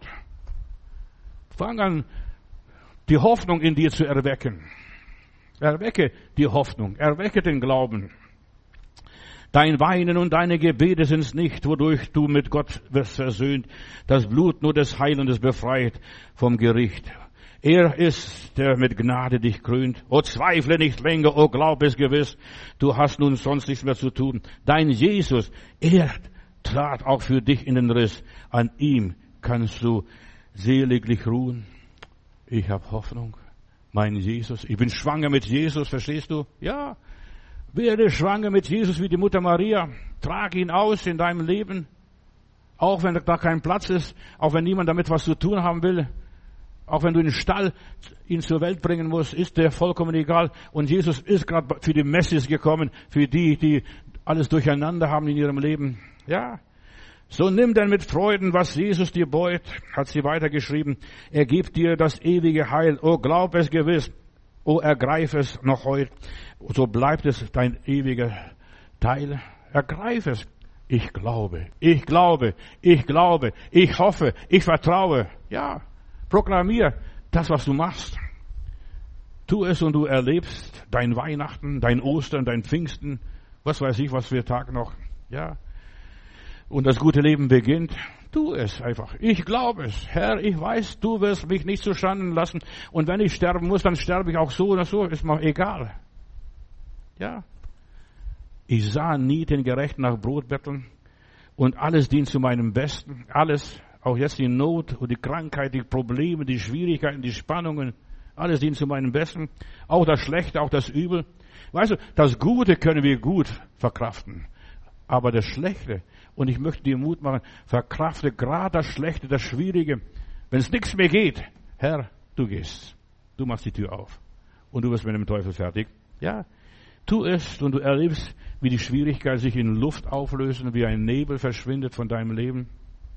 Fang an, die Hoffnung in dir zu erwecken. Erwecke die Hoffnung, erwecke den Glauben. Dein Weinen und deine Gebete sind's nicht, wodurch du mit Gott wirst versöhnt. Das Blut nur des Heilandes befreit vom Gericht. Er ist, der mit Gnade dich krönt. O zweifle nicht länger, o glaub es gewiss, du hast nun sonst nichts mehr zu tun. Dein Jesus, er trat auch für dich in den Riss. An ihm kannst du seliglich ruhen. Ich habe Hoffnung, mein Jesus. Ich bin schwanger mit Jesus, verstehst du? Ja, werde schwanger mit Jesus wie die Mutter Maria. Trag ihn aus in deinem Leben. Auch wenn da kein Platz ist, auch wenn niemand damit was zu tun haben will. Auch wenn du in den Stall ihn zur Welt bringen musst, ist der vollkommen egal. Und Jesus ist gerade für die Messis gekommen, für die, die alles durcheinander haben in ihrem Leben. Ja. So nimm denn mit Freuden, was Jesus dir beut, hat sie weitergeschrieben. Er gibt dir das ewige Heil. Oh, glaub es gewiss. Oh, ergreif es noch heute. So bleibt es dein ewiger Teil. Ergreif es. Ich glaube, ich glaube, ich glaube, ich hoffe, ich vertraue. Ja. Proklamier das, was du machst. Tu es und du erlebst dein Weihnachten, dein Ostern, dein Pfingsten, was weiß ich, was für Tag noch. Ja. Und das gute Leben beginnt. Tu es einfach. Ich glaube es. Herr, ich weiß, du wirst mich nicht zustande lassen. Und wenn ich sterben muss, dann sterbe ich auch so oder so. Ist mir egal. Ja. Ich sah nie den Gerechten nach Brot betteln. Und alles dient zu meinem Besten. Alles. Auch jetzt die Not und die Krankheit, die Probleme, die Schwierigkeiten, die Spannungen, alles dient zu meinem Besten. Auch das Schlechte, auch das Übel. Weißt du, das Gute können wir gut verkraften. Aber das Schlechte, und ich möchte dir Mut machen, verkrafte gerade das Schlechte, das Schwierige. Wenn es nichts mehr geht, Herr, du gehst. Du machst die Tür auf. Und du wirst mit dem Teufel fertig. Ja, tu es und du erlebst, wie die Schwierigkeiten sich in Luft auflösen, wie ein Nebel verschwindet von deinem Leben.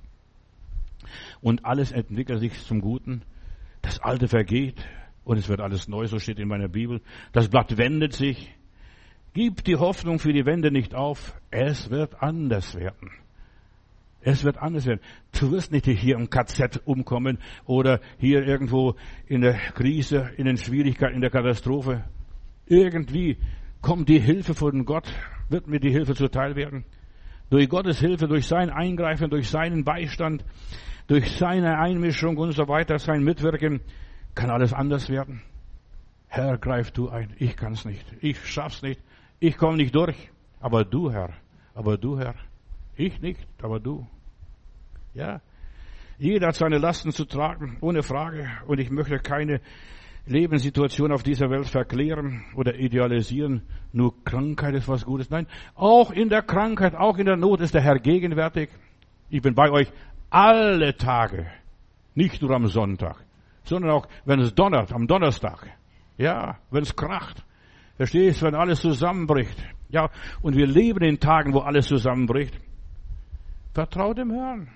Und alles entwickelt sich zum Guten. Das Alte vergeht und es wird alles neu, so steht in meiner Bibel. Das Blatt wendet sich. Gib die Hoffnung für die Wende nicht auf. Es wird anders werden. Es wird anders werden. Du wirst nicht hier im K Z umkommen oder hier irgendwo in der Krise, in den Schwierigkeiten, in der Katastrophe. Irgendwie kommt die Hilfe von Gott, wird mir die Hilfe zuteil werden. Durch Gottes Hilfe, durch sein Eingreifen, durch seinen Beistand, durch seine Einmischung und so weiter, sein Mitwirken, kann alles anders werden. Herr, greif du ein. Ich kann's nicht. Ich schaff's nicht. Ich komme nicht durch. Aber du, Herr. Aber du, Herr. Ich nicht, aber du. Ja. Jeder hat seine Lasten zu tragen, ohne Frage. Und ich möchte keine Lebenssituation auf dieser Welt verklären oder idealisieren. Nur Krankheit ist was Gutes. Nein, auch in der Krankheit, auch in der Not ist der Herr gegenwärtig. Ich bin bei euch alle Tage. Nicht nur am Sonntag, sondern auch, wenn es donnert, am Donnerstag. Ja, wenn es kracht. Verstehst du, wenn alles zusammenbricht. Ja, und wir leben in Tagen, wo alles zusammenbricht. Vertrau dem Herrn.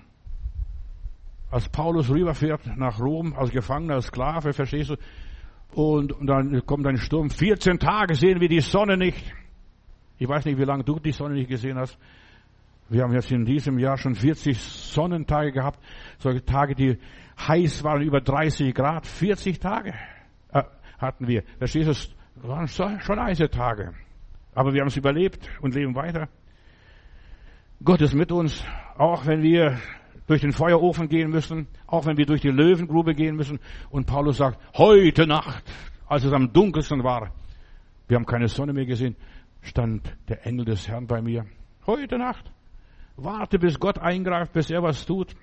Als Paulus rüberfährt nach Rom, als Gefangener, als Sklave, verstehst du, und, und dann kommt ein Sturm. vierzehn Tage sehen wir die Sonne nicht. Ich weiß nicht, wie lange du die Sonne nicht gesehen hast. Wir haben jetzt in diesem Jahr schon vierzig Sonnentage gehabt. Solche Tage, die heiß waren, über dreißig Grad. vierzig Tage äh, hatten wir. Verstehst du, es waren schon heiße Tage. Aber wir haben es überlebt und leben weiter. Gott ist mit uns, auch wenn wir durch den Feuerofen gehen müssen, auch wenn wir durch die Löwengrube gehen müssen. Und Paulus sagt, heute Nacht, als es am dunkelsten war, wir haben keine Sonne mehr gesehen, stand der Engel des Herrn bei mir. Heute Nacht. Warte, bis Gott eingreift, bis er was tut.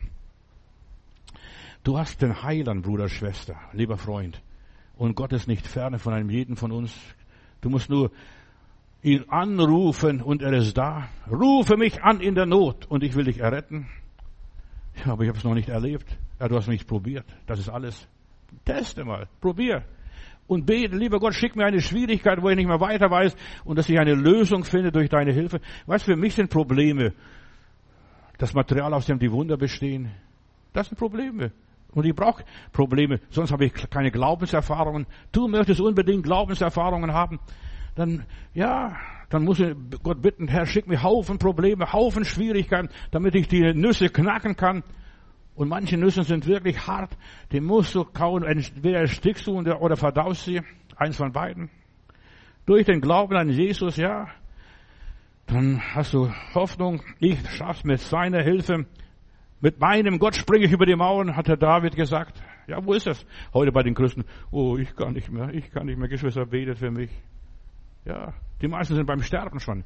Du hast den Heiland, Bruder, Schwester, lieber Freund. Und Gott ist nicht ferne von einem jeden von uns. Du musst nur ihn anrufen und er ist da. Rufe mich an in der Not und ich will dich erretten. Ja, aber ich habe es noch nicht erlebt. Ja, du hast nicht probiert. Das ist alles. Teste mal, probier. Und bete, lieber Gott, schick mir eine Schwierigkeit, wo ich nicht mehr weiter weiß und dass ich eine Lösung finde durch deine Hilfe. Weißt du, für mich sind Probleme das Material, aus dem die Wunder bestehen. Das sind Probleme. Und ich brauche Probleme, sonst habe ich keine Glaubenserfahrungen. Du möchtest unbedingt Glaubenserfahrungen haben, dann, ja, dann muss ich Gott bitten, Herr, schick mir Haufen Probleme, Haufen Schwierigkeiten, damit ich die Nüsse knacken kann. Und manche Nüsse sind wirklich hart, die musst du kauen, entweder erstickst du oder verdaust sie, eins von beiden. Durch den Glauben an Jesus, ja, dann hast du Hoffnung, ich schaff's mit seiner Hilfe. Mit meinem Gott springe ich über die Mauern, hat der David gesagt. Ja, wo ist das? Heute bei den Christen, oh, ich kann nicht mehr, ich kann nicht mehr, Geschwister, betet für mich. Ja, die meisten sind beim Sterben schon.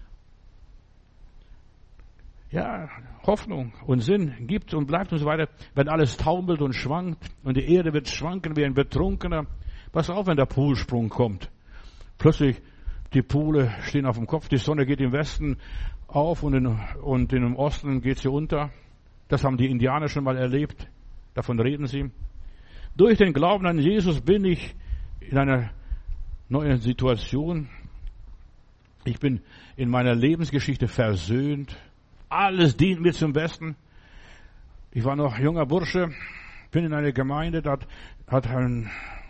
Ja, Hoffnung und Sinn gibt und bleibt und so weiter. Wenn alles taumelt und schwankt und die Erde wird schwanken wie ein Betrunkener. Pass auf, wenn der Poolsprung kommt. Plötzlich, die Pole stehen auf dem Kopf, die Sonne geht im Westen auf und, in, und im Osten geht sie unter. Das haben die Indianer schon mal erlebt. Davon reden sie. Durch den Glauben an Jesus bin ich in einer neuen Situation. Ich bin in meiner Lebensgeschichte versöhnt. Alles dient mir zum Besten. Ich war noch junger Bursche, bin in einer Gemeinde, da hat ein,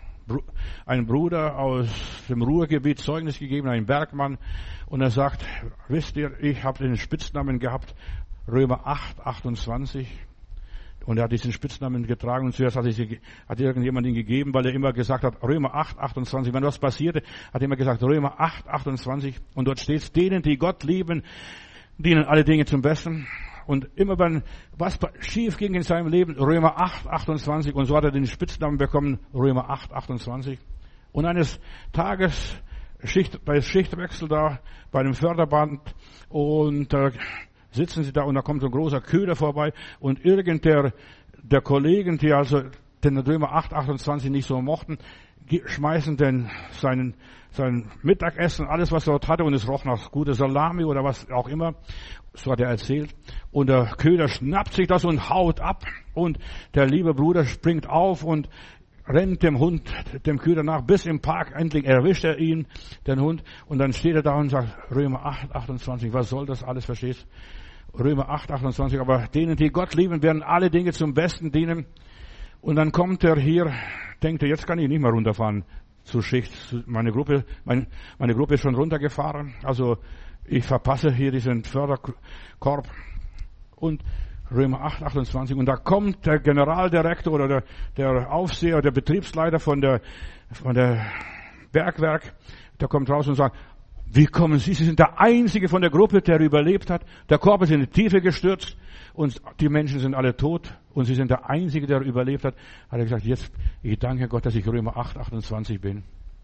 ein Bruder aus dem Ruhrgebiet Zeugnis gegeben, ein Bergmann, und er sagt, wisst ihr, ich habe den Spitznamen gehabt, Römer acht, achtundzwanzig. Und er hat diesen Spitznamen getragen und zuerst hat, ich, hat irgendjemand ihn gegeben, weil er immer gesagt hat, Römer acht, achtundzwanzig. Wenn was passierte, hat er immer gesagt, Römer acht, achtundzwanzig. Und dort steht, denen, die Gott lieben, dienen alle Dinge zum Besten. Und immer wenn was schief ging in seinem Leben, Römer acht, achtundzwanzig. Und so hat er den Spitznamen bekommen, Römer acht, achtundzwanzig. Und eines Tages, Schicht, bei Schichtwechsel da, bei dem Förderband, und äh, sitzen sie da und da kommt so ein großer Köder vorbei und irgend der, der Kollegen, die also den Römer acht, achtundzwanzig nicht so mochten, schmeißen den, seinen, sein Mittagessen, alles was er dort hatte, und es roch nach guter Salami oder was auch immer, so hat er erzählt, und der Köder schnappt sich das und haut ab, und der liebe Bruder springt auf und rennt dem Hund, dem Köder nach, bis im Park, endlich erwischt er ihn, den Hund, und dann steht er da und sagt, Römer acht, achtundzwanzig, was soll das alles, verstehst? Römer acht, achtundzwanzig, aber denen, die Gott lieben, werden alle Dinge zum Besten dienen. Und dann kommt er hier, denkt er, jetzt kann ich nicht mehr runterfahren zur Schicht. Meine Gruppe, mein, meine Gruppe ist schon runtergefahren, also ich verpasse hier diesen Förderkorb. Und Römer acht, achtundzwanzig, und da kommt der Generaldirektor oder der, der Aufseher, der Betriebsleiter von der, von der Bergwerk, der kommt raus und sagt, wie kommen Sie? Sie sind der Einzige von der Gruppe, der überlebt hat. Der Korb ist in die Tiefe gestürzt und die Menschen sind alle tot und Sie sind der Einzige, der überlebt hat. Hat er gesagt, jetzt, ich danke Gott, dass ich Römer acht, achtundzwanzig bin.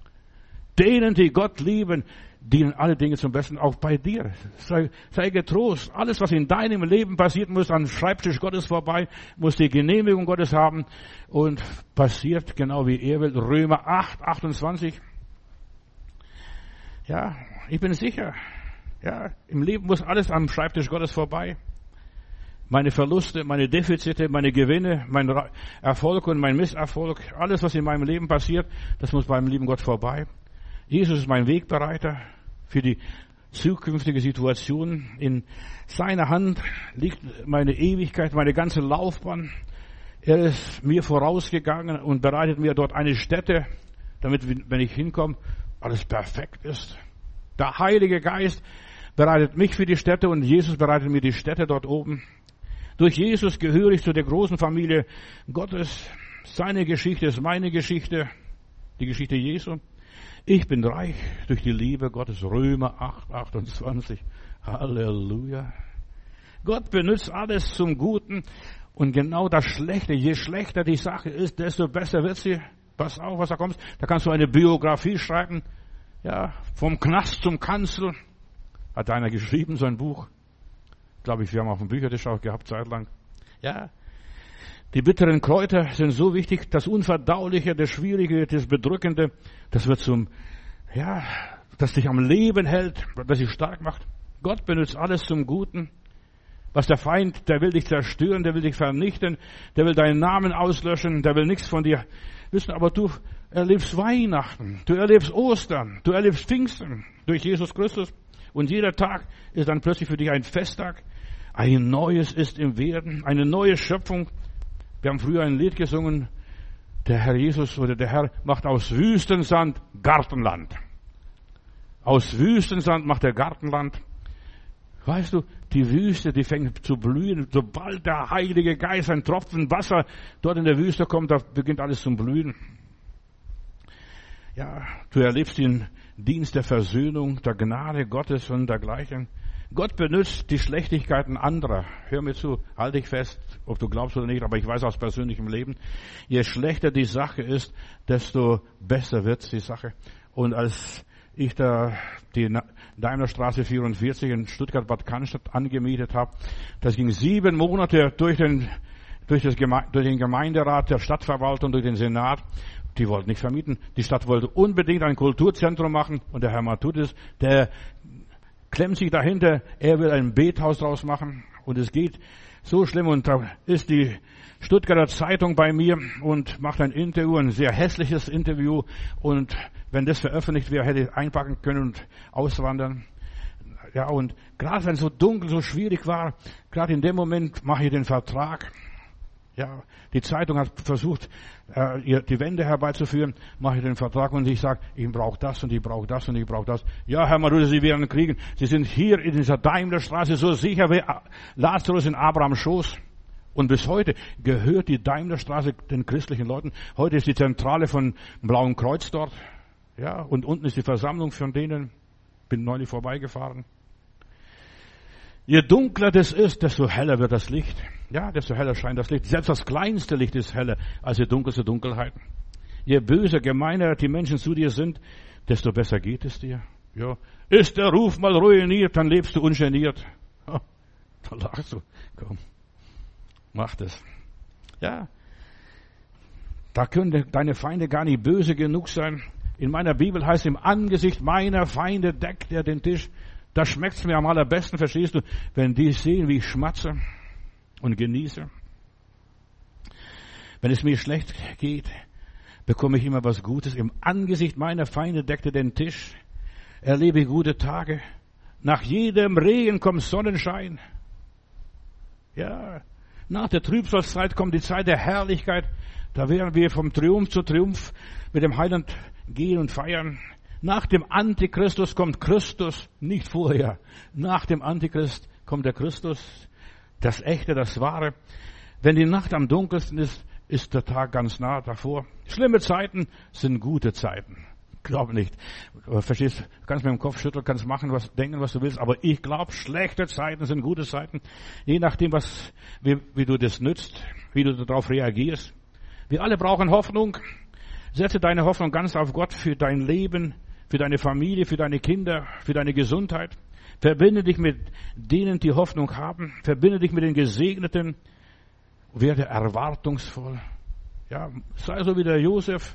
Denen, die Gott lieben, dienen alle Dinge zum Besten, auch bei dir. Sei, sei getrost. Alles, was in deinem Leben passiert, muss am Schreibtisch Gottes vorbei, muss die Genehmigung Gottes haben und passiert genau wie er will. Römer acht, achtundzwanzig. Ja, ich bin sicher. Ja, im Leben muss alles am Schreibtisch Gottes vorbei. Meine Verluste, meine Defizite, meine Gewinne, mein Erfolg und mein Misserfolg, alles, was in meinem Leben passiert, das muss beim lieben Gott vorbei. Jesus ist mein Wegbereiter für die zukünftige Situation. In seiner Hand liegt meine Ewigkeit, meine ganze Laufbahn. Er ist mir vorausgegangen und bereitet mir dort eine Stätte, damit, wenn ich hinkomme, alles perfekt ist. Der Heilige Geist bereitet mich für die Stätte und Jesus bereitet mir die Stätte dort oben. Durch Jesus gehöre ich zu der großen Familie Gottes. Seine Geschichte ist meine Geschichte, die Geschichte Jesu. Ich bin reich durch die Liebe Gottes. Römer acht, achtundzwanzig. Halleluja. Gott benutzt alles zum Guten und genau das Schlechte. Je schlechter die Sache ist, desto besser wird sie. Pass auf, was da kommt. Da kannst du eine Biografie schreiben. Ja, vom Knast zum Kanzel. Hat einer geschrieben, so ein Buch. Glaube ich, wir haben auf dem Büchertisch auch gehabt, zeitlang. Ja. Die bitteren Kräuter sind so wichtig, das Unverdauliche, das Schwierige, das Bedrückende, das wird zum, ja, das dich am Leben hält, das dich stark macht. Gott benutzt alles zum Guten. Was der Feind, der will dich zerstören, der will dich vernichten, der will deinen Namen auslöschen, der will nichts von dir wissen, aber du erlebst Weihnachten, du erlebst Ostern, du erlebst Pfingsten durch Jesus Christus und jeder Tag ist dann plötzlich für dich ein Festtag. Ein Neues ist im Werden, eine neue Schöpfung. Wir haben früher ein Lied gesungen, der Herr Jesus oder der Herr macht aus Wüstensand Gartenland. Aus Wüstensand macht er Gartenland. Weißt du, die Wüste, die fängt zu blühen. Sobald der Heilige Geist, ein Tropfen Wasser dort in der Wüste kommt, da beginnt alles zu blühen. Ja, du erlebst den Dienst der Versöhnung, der Gnade Gottes und dergleichen. Gott benutzt die Schlechtigkeiten anderer. Hör mir zu, halte dich fest, ob du glaubst oder nicht, aber ich weiß aus persönlichem Leben, je schlechter die Sache ist, desto besser wird die Sache. Und als ich da die Daimlerstraße vierundvierzig in Stuttgart-Bad Cannstatt angemietet habe, das ging sieben Monate durch den, durch, das Geme- durch den Gemeinderat, der Stadtverwaltung, durch den Senat. Die wollten nicht vermieten. Die Stadt wollte unbedingt ein Kulturzentrum machen und der Herr Matthäus, der klemmt sich dahinter, er will ein Bethaus draus machen und es geht so schlimm und da ist die Stuttgarter Zeitung bei mir und macht ein Interview, ein sehr hässliches Interview und wenn das veröffentlicht wäre, hätte ich einpacken können und auswandern. Ja, und gerade wenn es so dunkel, so schwierig war, gerade in dem Moment mache ich den Vertrag. Ja, die Zeitung hat versucht, äh, die Wende herbeizuführen, mache ich den Vertrag und ich sage, ich brauche das und ich brauche das und ich brauche das. Ja, Herr Matthäus, Sie werden kriegen. Sie sind hier in dieser Daimlerstraße so sicher wie Lazarus in Abrahams Schoß. Und bis heute gehört die Daimlerstraße den christlichen Leuten. Heute ist die Zentrale von Blauen Kreuz dort. Ja, und unten ist die Versammlung von denen. Bin neulich vorbeigefahren. Je dunkler das ist, desto heller wird das Licht. Ja, desto heller scheint das Licht. Selbst das kleinste Licht ist heller als die dunkelste Dunkelheit. Je böser, gemeiner die Menschen zu dir sind, desto besser geht es dir. Ja, ist der Ruf mal ruiniert, dann lebst du ungeniert. Ha, da lachst du. Komm, mach das. Ja, da können deine Feinde gar nicht böse genug sein. In meiner Bibel heißt, im Angesicht meiner Feinde deckt er den Tisch. Da schmeckt's mir am allerbesten, verstehst du, wenn die sehen, wie ich schmatze und genieße. Wenn es mir schlecht geht, bekomme ich immer was Gutes. Im Angesicht meiner Feinde deckt er den Tisch. Erlebe gute Tage. Nach jedem Regen kommt Sonnenschein. Ja, nach der Trübsalzeit kommt die Zeit der Herrlichkeit. Da werden wir vom Triumph zu Triumph mit dem Heiland gehen und feiern. Nach dem Antichristus kommt Christus, nicht vorher. Nach dem Antichrist kommt der Christus, das Echte, das Wahre. Wenn die Nacht am dunkelsten ist, ist der Tag ganz nah davor. Schlimme Zeiten sind gute Zeiten. Glaub nicht. Verstehst du? Du kannst mit dem Kopf schütteln, kannst machen, was denken, was du willst. Aber ich glaube, schlechte Zeiten sind gute Zeiten. Je nachdem, was, wie, wie du das nützt, wie du darauf reagierst. Wir alle brauchen Hoffnung. Setze deine Hoffnung ganz auf Gott für dein Leben, für deine Familie, für deine Kinder, für deine Gesundheit. Verbinde dich mit denen, die Hoffnung haben. Verbinde dich mit den Gesegneten. Werde erwartungsvoll. Ja, sei so wie der Josef.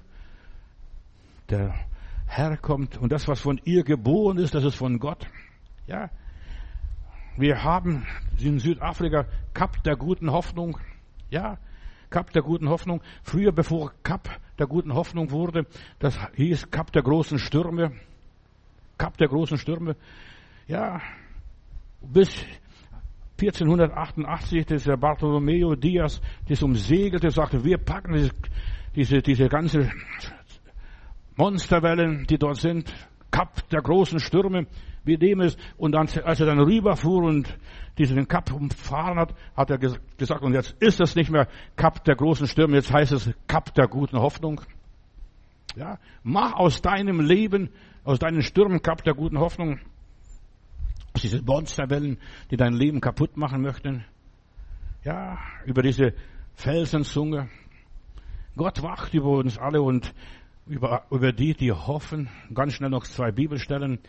Der Herr kommt und das, was von ihr geboren ist, das ist von Gott. Ja, wir haben in Südafrika Kap der guten Hoffnung. Ja, Kap der guten Hoffnung. Früher, bevor Kap der guten Hoffnung wurde, das hieß Kap der großen Stürme. Kap der großen Stürme. Ja, bis vierzehnhundertachtundachtzig, dieser Bartolomeo Diaz, das umsegelte, sagte, wir packen diese, diese, diese ganze Monsterwellen, die dort sind, Kap der großen Stürme, wir nehmen es. Und dann, als er dann rüberfuhr und diesen Kap umfahren hat, hat er gesagt, und jetzt ist es nicht mehr Kap der großen Stürme, jetzt heißt es Kap der guten Hoffnung. Ja, mach aus deinem Leben, aus deinen Stürmen Kap der guten Hoffnung. Diese Monsterwellen, die dein Leben kaputt machen möchten. Ja, über diese Felsenzunge. Gott wacht über uns alle und über, über die, die hoffen. Ganz schnell noch zwei Bibelstellen.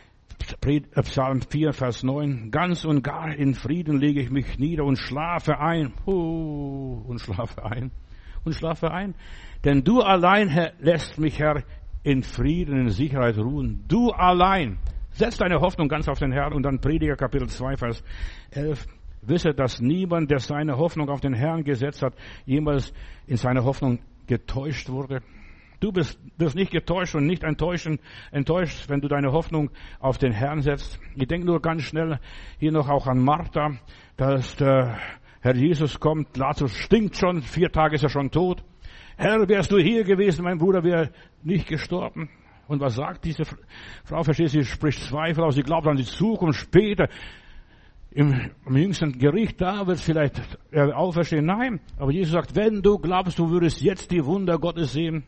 Psalm vier, Vers neun. Ganz und gar in Frieden lege ich mich nieder und schlafe ein. Uh, und schlafe ein. Und schlafe ein. Denn du allein, Herr, lässt mich, Herr, in Frieden, in Sicherheit ruhen. Du allein. Setz deine Hoffnung ganz auf den Herrn. Und dann Prediger Kapitel zwei, Vers elf. Wisse, dass niemand, der seine Hoffnung auf den Herrn gesetzt hat, jemals in seiner Hoffnung getäuscht wurde. Du bist, wirst nicht getäuscht und nicht enttäuschen, enttäuscht, wenn du deine Hoffnung auf den Herrn setzt. Ich denke nur ganz schnell hier noch auch an Martha, dass der Herr Jesus kommt. Lazarus stinkt schon, vier Tage ist er schon tot. Herr, wärst du hier gewesen, mein Bruder wäre nicht gestorben. Und was sagt diese Frau? Verstehst du, sie spricht Zweifel aus, sie glaubt an die Zukunft später. Im, im jüngsten Gericht, da wird es vielleicht äh, auferstehen. Nein, aber Jesus sagt, wenn du glaubst, du würdest jetzt die Wunder Gottes sehen.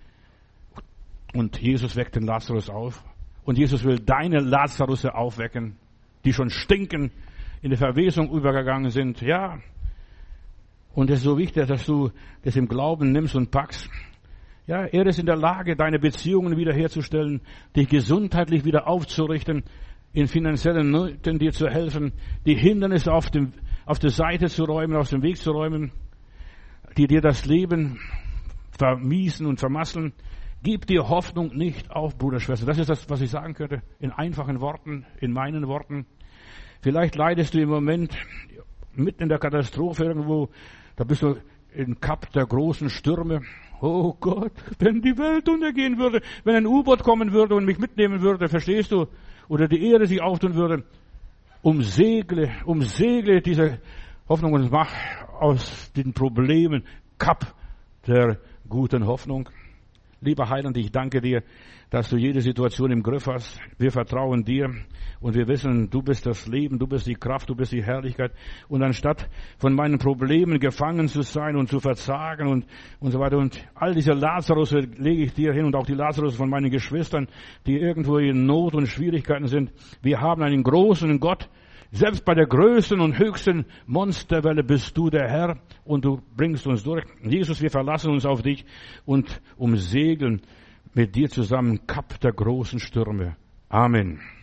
Und Jesus weckt den Lazarus auf. Und Jesus will deine Lazarusse aufwecken, die schon stinken, in die Verwesung übergegangen sind. Ja. Und es ist so wichtig, dass du das im Glauben nimmst und packst. Ja, er ist in der Lage, deine Beziehungen wiederherzustellen, dich gesundheitlich wieder aufzurichten, in finanziellen Nöten dir zu helfen, die Hindernisse auf dem, auf der Seite zu räumen, aus dem Weg zu räumen, die dir das Leben vermiesen und vermasseln. Gib dir Hoffnung nicht auf, Bruder, Schwester. Das ist das, was ich sagen könnte, in einfachen Worten, in meinen Worten. Vielleicht leidest du im Moment mitten in der Katastrophe irgendwo, da bist du im Kap der großen Stürme. Oh Gott, wenn die Welt untergehen würde, wenn ein U-Boot kommen würde und mich mitnehmen würde, verstehst du? Oder die Erde sich auftun würde. Umsegle, umsegle diese Hoffnung und mach aus den Problemen Kap der guten Hoffnung. Lieber Heiland, ich danke dir, dass du jede Situation im Griff hast. Wir vertrauen dir und wir wissen, du bist das Leben, du bist die Kraft, du bist die Herrlichkeit. Und anstatt von meinen Problemen gefangen zu sein und zu verzagen und, und so weiter und all diese Lazarus lege ich dir hin und auch die Lazarus von meinen Geschwistern, die irgendwo in Not und Schwierigkeiten sind. Wir haben einen großen Gott. Selbst bei der größten und höchsten Monsterwelle bist du der Herr und du bringst uns durch. Jesus, wir verlassen uns auf dich und umsegeln mit dir zusammen Kap der großen Stürme. Amen.